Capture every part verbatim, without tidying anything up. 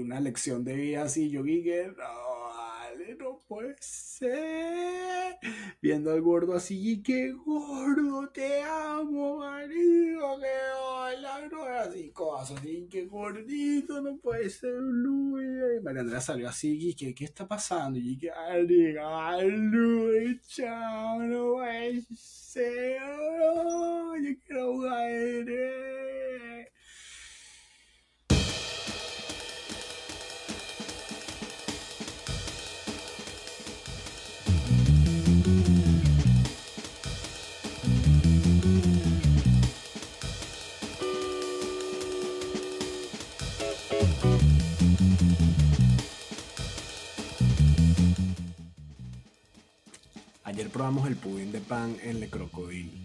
una lección de vida así. Yo dije, no, vale, no puede ser. Viendo al gordo así, y que gordo, te amo, marido, que hola, no, así, cosas así, que gordito, no puede ser, Luis. Y María Andrea salió así, y que, ¿qué está pasando? Y que, ay, Luis, chao, no puede ser, no, yo quiero jugar. Ayer probamos el pudín de pan en Le Crocodile.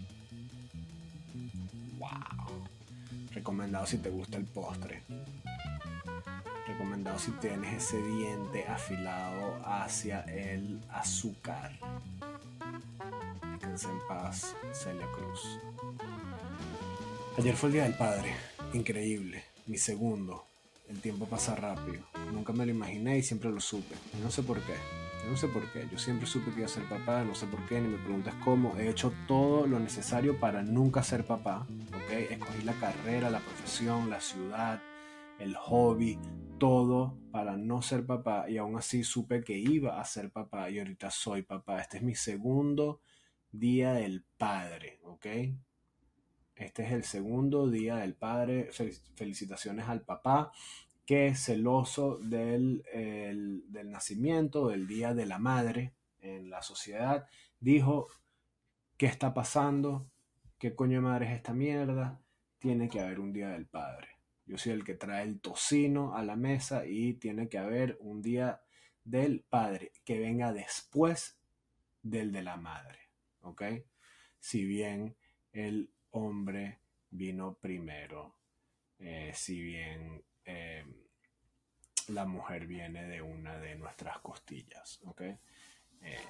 Wow. Recomendado si te gusta el postre. Recomendado si tienes ese diente afilado hacia el azúcar. Descansa en paz, Celia Cruz. Ayer fue el Día del Padre. Increíble. Mi segundo. El tiempo pasa rápido. Nunca me lo imaginé y siempre lo supe. Y no sé por qué. Yo no sé por qué. Yo siempre supe que iba a ser papá. No sé por qué. Ni me preguntes cómo. He hecho todo lo necesario para nunca ser papá. ¿Okay? Escogí la carrera, la profesión, la ciudad, el hobby, todo para no ser papá. Y aún así supe que iba a ser papá. Y ahorita soy papá. Este es mi segundo Día del Padre. ¿Ok? Este es el segundo Día del Padre. Felicitaciones al papá, que celoso del, el, del nacimiento, del Día de la Madre en la sociedad, dijo, ¿qué está pasando? ¿Qué coño de madre es esta mierda? Tiene que haber un Día del Padre. Yo soy el que trae el tocino a la mesa y tiene que haber un Día del Padre que venga después del de la Madre. ¿Ok? Si bien el hombre vino primero, eh, si bien eh, la mujer viene de una de nuestras costillas, ¿ok? Eh,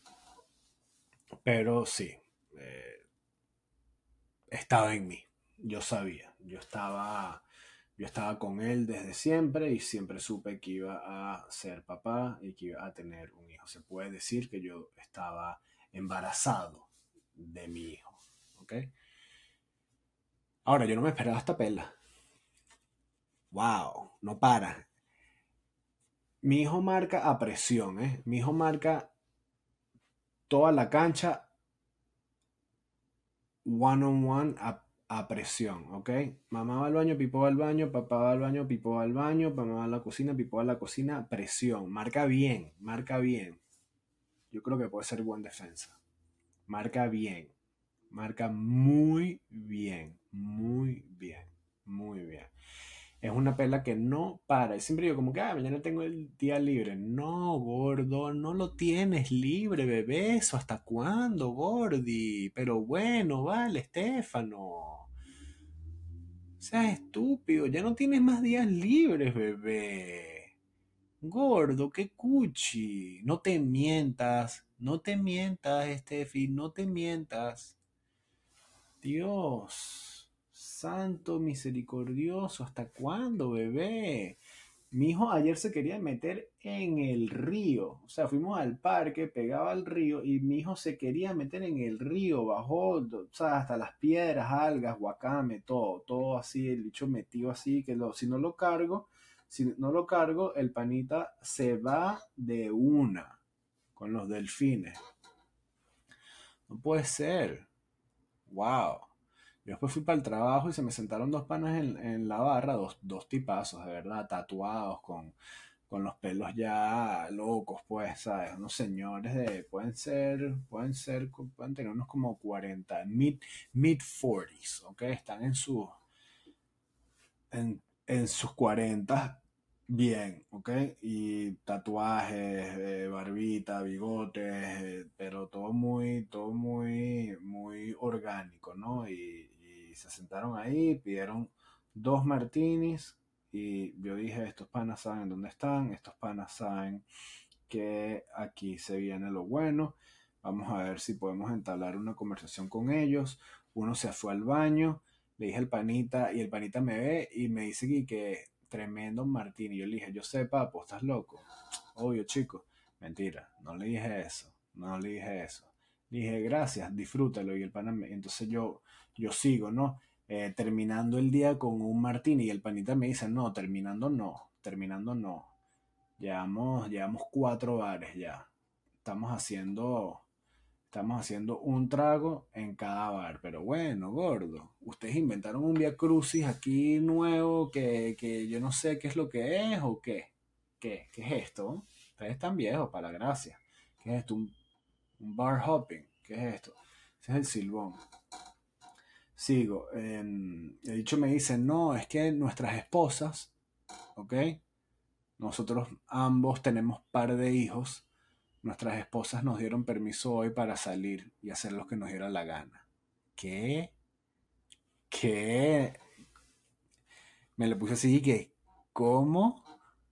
pero sí, eh, estaba en mí, yo sabía, yo estaba, yo estaba con él desde siempre y siempre supe que iba a ser papá y que iba a tener un hijo. Se puede decir que yo estaba embarazado de mi hijo, ¿ok? Ahora, yo no me esperaba esta pela. Wow, no para. Mi hijo marca a presión, ¿eh? Mi hijo marca toda la cancha one on one a, a presión, ¿ok? Mamá va al baño, Pipo va al baño, papá va al baño, Pipo va al baño, mamá va a la cocina, Pipo va a la cocina, presión. Marca bien, marca bien. Yo creo que puede ser buen defensa. Marca bien. Marca muy bien, muy bien, muy bien. Es una pela que no para. Y siempre digo como que, ah, mañana tengo el día libre. No, gordo, no lo tienes libre, bebé. ¿Eso hasta cuándo, gordi? Pero bueno, vale, Estefano. Seas estúpido, ya no tienes más días libres, bebé. Gordo, qué cuchi. No te mientas, no te mientas, Estefi, no te mientas. Dios, santo misericordioso, ¿hasta cuándo, bebé? Mi hijo ayer se quería meter en el río. O sea, fuimos al parque, pegaba al río y mi hijo se quería meter en el río. Bajó, o sea, hasta las piedras, algas, guacame, todo. Todo así, el bicho metido así, que lo, si no lo cargo, si no lo cargo, el panita se va de una con los delfines. No puede ser. Wow. Yo después fui para el trabajo y se me sentaron dos panas en, en la barra, dos, dos tipazos, de verdad, tatuados, con, con los pelos ya locos, pues, ¿sabes? Unos señores de, pueden ser, pueden ser, pueden tener unos como cuarenta, mid, mid cuarenta, ¿ok? Están en sus, en, en sus cuarenta, bien, ¿ok? Y tatuajes, eh, barbita, bigotes, eh, pero todo muy, todo muy, muy orgánico, ¿no? Y, y se sentaron ahí, pidieron dos martinis y yo dije, estos panas saben dónde están, estos panas saben que aquí se viene lo bueno, vamos a ver si podemos entablar una conversación con ellos. Uno se fue al baño, le dije al panita y el panita me ve y me dice que, que tremendo martini. Yo le dije, yo sé, papo, estás loco. Obvio, chico. Mentira, no le dije eso. No le dije eso. Le dije, gracias, disfrútalo. Y el pana me- entonces yo, yo sigo, ¿no? Eh, terminando el día con un martini y el panita me dice, no, terminando no, terminando no. Llevamos, llevamos cuatro bares ya. Estamos haciendo, estamos haciendo un trago en cada bar. Pero bueno, gordo, ustedes inventaron un Via Crucis aquí nuevo que, que yo no sé qué es lo que es o qué. ¿Qué? ¿Qué es esto? Ustedes están viejos, para la gracia. ¿Qué es esto? Un, un bar hopping. ¿Qué es esto? Ese es el silbón. Sigo. Eh, el dicho me dice, no, es que nuestras esposas, ¿ok? Nosotros ambos tenemos par de hijos. Nuestras esposas nos dieron permiso hoy para salir y hacer lo que nos diera la gana. ¿Qué? ¿Qué? Me lo puse así que, ¿cómo?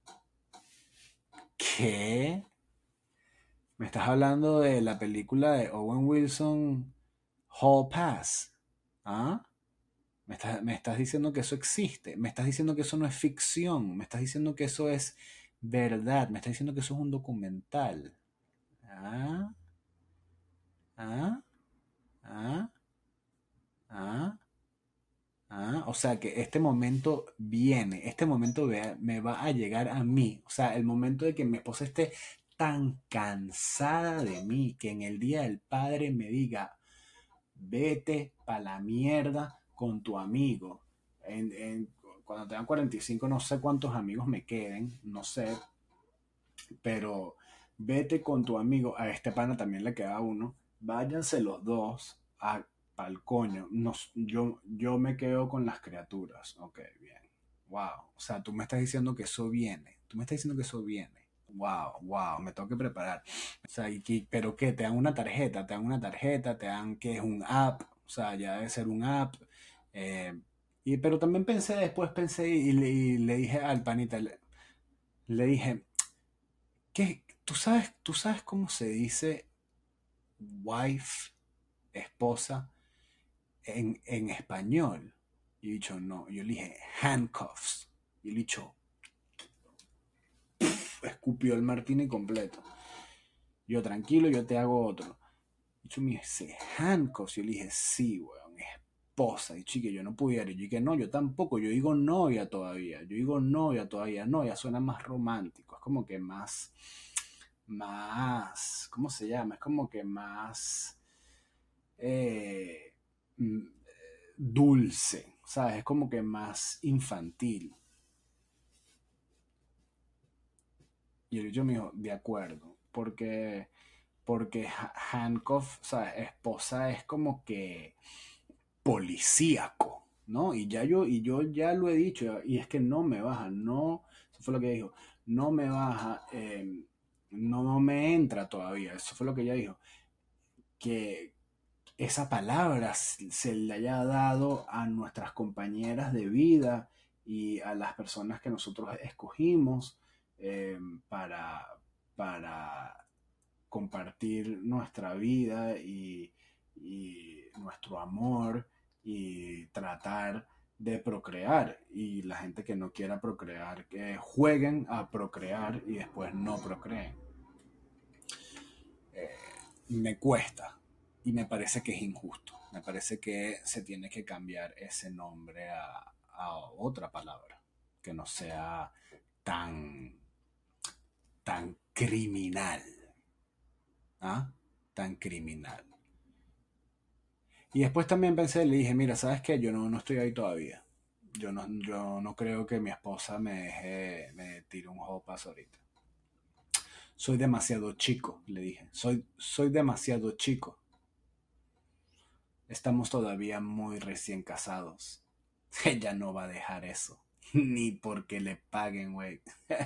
¿Qué? Me estás hablando de la película de Owen Wilson, Hall Pass. ¿Ah? Me estás, me estás diciendo que eso existe. Me estás diciendo que eso no es ficción. Me estás diciendo que eso es verdad. Me estás diciendo que eso es un documental. ¿Ah? ¿Ah? ¿Ah? ¿Ah? ¿Ah? O sea que este momento viene, este momento ve- me va a llegar a mí. O sea, el momento de que mi esposa esté tan cansada de mí que en el día del padre me diga, vete pa' la mierda con tu amigo. En- en- cuando tengan cuarenta y cinco no sé cuántos amigos me queden, no sé, pero vete con tu amigo. A este pana también le queda uno. Váyanse los dos a pa'l coño. Nos- yo, yo me quedo con las criaturas. Ok, bien. Wow. O sea, tú me estás diciendo que eso viene. Tú me estás diciendo que eso viene. Wow, wow, me tengo que preparar. O sea, y que- pero ¿qué? Te dan una tarjeta, te dan una tarjeta, te dan que es un app, o sea, ya debe ser un app. eh, y, pero también pensé, después pensé y, le y le dije al panita, le, le dije, ¿qué? ¿Tú sabes, tú sabes cómo se dice wife, esposa, en, en español? Y he dicho, no. Yo le dije, handcuffs. Y le he dicho, escupió el martini completo. Yo, tranquilo, yo te hago otro. Y yo me dice, handcuffs. Yo le dije, sí, weón, esposa. Y chique, yo no pudiera. Y yo dije, no, yo tampoco. Yo digo novia todavía. Yo digo novia todavía. No, ya suena más romántico. Es como que más, más, ¿cómo se llama? Es como que más eh, mm, dulce, ¿sabes? Es como que más infantil. Y el yo me dijo, de acuerdo, porque, porque ha- handcuff, o sea, esposa es como que policíaco, ¿no? Y ya yo, y yo ya lo he dicho, y es que no me baja, no, eso fue lo que dijo, no me baja, eh, no me entra todavía, eso fue lo que ella dijo, que esa palabra se le haya dado a nuestras compañeras de vida y a las personas que nosotros escogimos eh, para, para compartir nuestra vida y, y nuestro amor y tratar de procrear. Y la gente que no quiera procrear, que jueguen a procrear y después no procreen. Eh, Me cuesta y me parece que es injusto. Me parece que se tiene que cambiar ese nombre a, a otra palabra que no sea tan, tan criminal. ¿Ah? Tan criminal. Y después también pensé, le dije, mira, ¿sabes qué? Yo no, no estoy ahí todavía. Yo no, yo no creo que mi esposa me deje, me tire un jopas ahorita. Soy demasiado chico, le dije. Soy, soy demasiado chico. Estamos todavía muy recién casados. Ella no va a dejar eso. Ni porque le paguen, güey.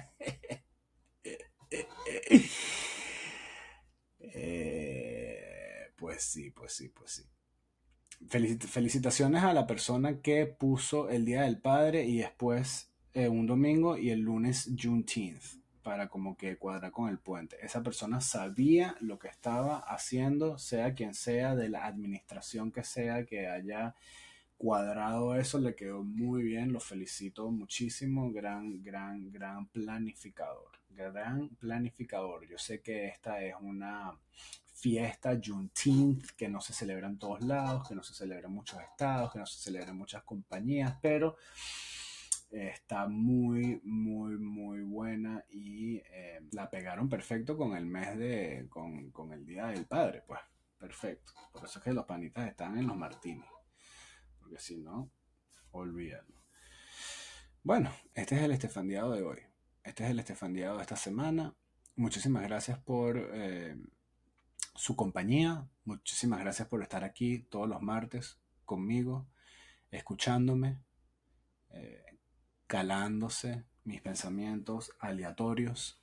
Eh, pues sí, pues sí, pues sí. Felicit- felicitaciones a la persona que puso el Día del Padre y después eh, un domingo y el lunes Juneteenth para como que cuadrar con el puente. Esa persona sabía lo que estaba haciendo, sea quien sea, de la administración que sea que haya cuadrado eso, le quedó muy bien, lo felicito muchísimo, gran, gran, gran planificador, gran planificador. Yo sé que esta es una fiesta Juneteenth que no se celebra en todos lados, que no se celebra en muchos estados, que no se celebra en muchas compañías, pero eh, está muy, muy, muy buena y eh, la pegaron perfecto con el mes de, con, con el Día del Padre, pues, perfecto. Por eso es que los panitas están en los martinis, porque si no, olvídalo. Bueno, este es el estefandiado de hoy. Este es el estefandiado de esta semana. Muchísimas gracias por eh, su compañía. Muchísimas gracias por estar aquí todos los martes conmigo, escuchándome, eh, calándose mis pensamientos aleatorios.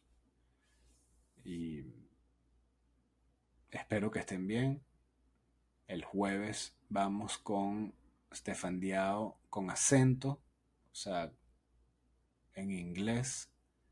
Y espero que estén bien. El jueves vamos con estefandiado con acento, o sea, en inglés.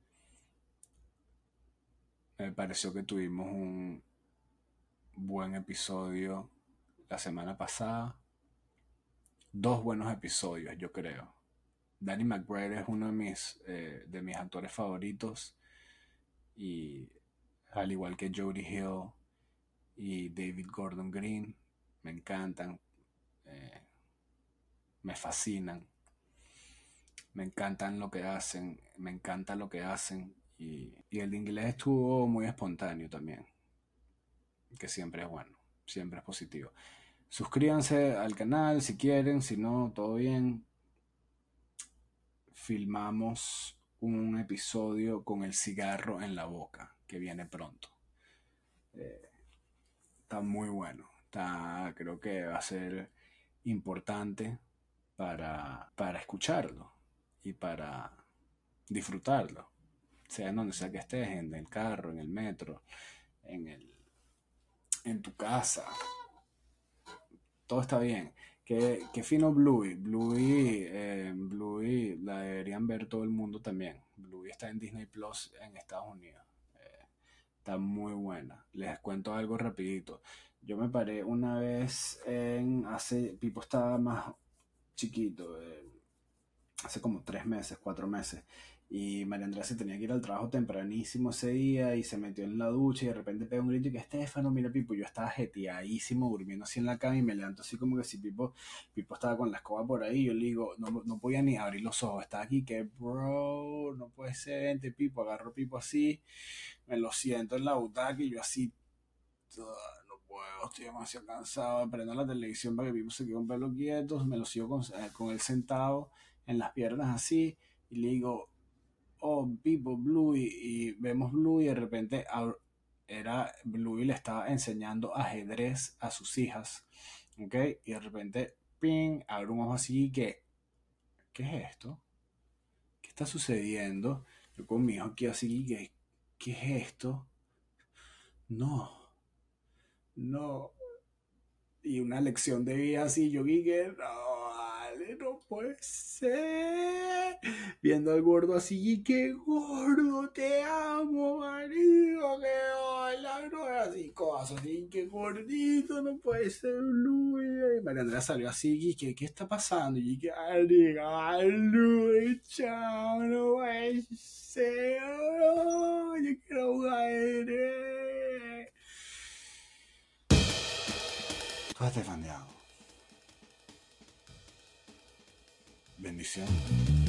Me pareció que tuvimos un buen episodio la semana pasada. Dos buenos episodios, yo creo. Danny McBride es uno de mis, eh, de mis actores favoritos. Y al igual que Jodie Hill y David Gordon Green, me encantan. Eh, me fascinan. Me encantan lo que hacen. Me encanta lo que hacen. Y, y el inglés estuvo muy espontáneo también, que siempre es bueno, siempre es positivo. Suscríbanse al canal si quieren, si no, todo bien. Filmamos un episodio con el cigarro en la boca, que viene pronto. Eh, está muy bueno. Está, creo que va a ser importante para, para escucharlo y para disfrutarlo. Sea en donde sea que estés, en el carro, en el metro, en, el, en tu casa. Todo está bien. Qué, qué fino Bluey. Bluey, eh, Bluey la deberían ver todo el mundo también. Bluey está en Disney Plus en Estados Unidos. Eh, está muy buena. Les cuento algo rapidito. Yo me paré una vez en hace, Pipo estaba más chiquito, eh, hace como tres meses, cuatro meses. Y María Andrea se tenía que ir al trabajo tempranísimo ese día y se metió en la ducha y de repente pega un grito y que Estefano, mira Pipo, yo estaba jeteadísimo durmiendo así en la cama y me levanto así como que si Pipo, Pipo estaba con la escoba por ahí, yo le digo, no, no podía ni abrir los ojos, estaba aquí que bro, no puede ser, vente Pipo, agarro Pipo así, me lo siento en la butaca y yo así, "Ah, no puedo, estoy demasiado cansado", prendo la televisión para que Pipo se quede un pelo quieto, me lo sigo con, eh, con él sentado en las piernas así y le digo, oh, Pipo, Bluey, y vemos Bluey y de repente era Bluey le estaba enseñando ajedrez a sus hijas, ¿ok? Y de repente, ping, abre un ojo así que, ¿qué es esto? ¿Qué está sucediendo? Yo con mi hijo aquí así que, ¿qué es esto? No, no. Y una lección de vida así, yo dije, no, vale, no puede ser. Viendo al gordo así, y que gordo, te amo, marido, que hola, no, así, cosas así, que gordito, no puede ser, Luis. María Andrea salió así, y que, ¿qué está pasando? Y que, ay, Luis, chao, no puede ser, no, yo quiero jugar. Todo este fandeado. Bendición.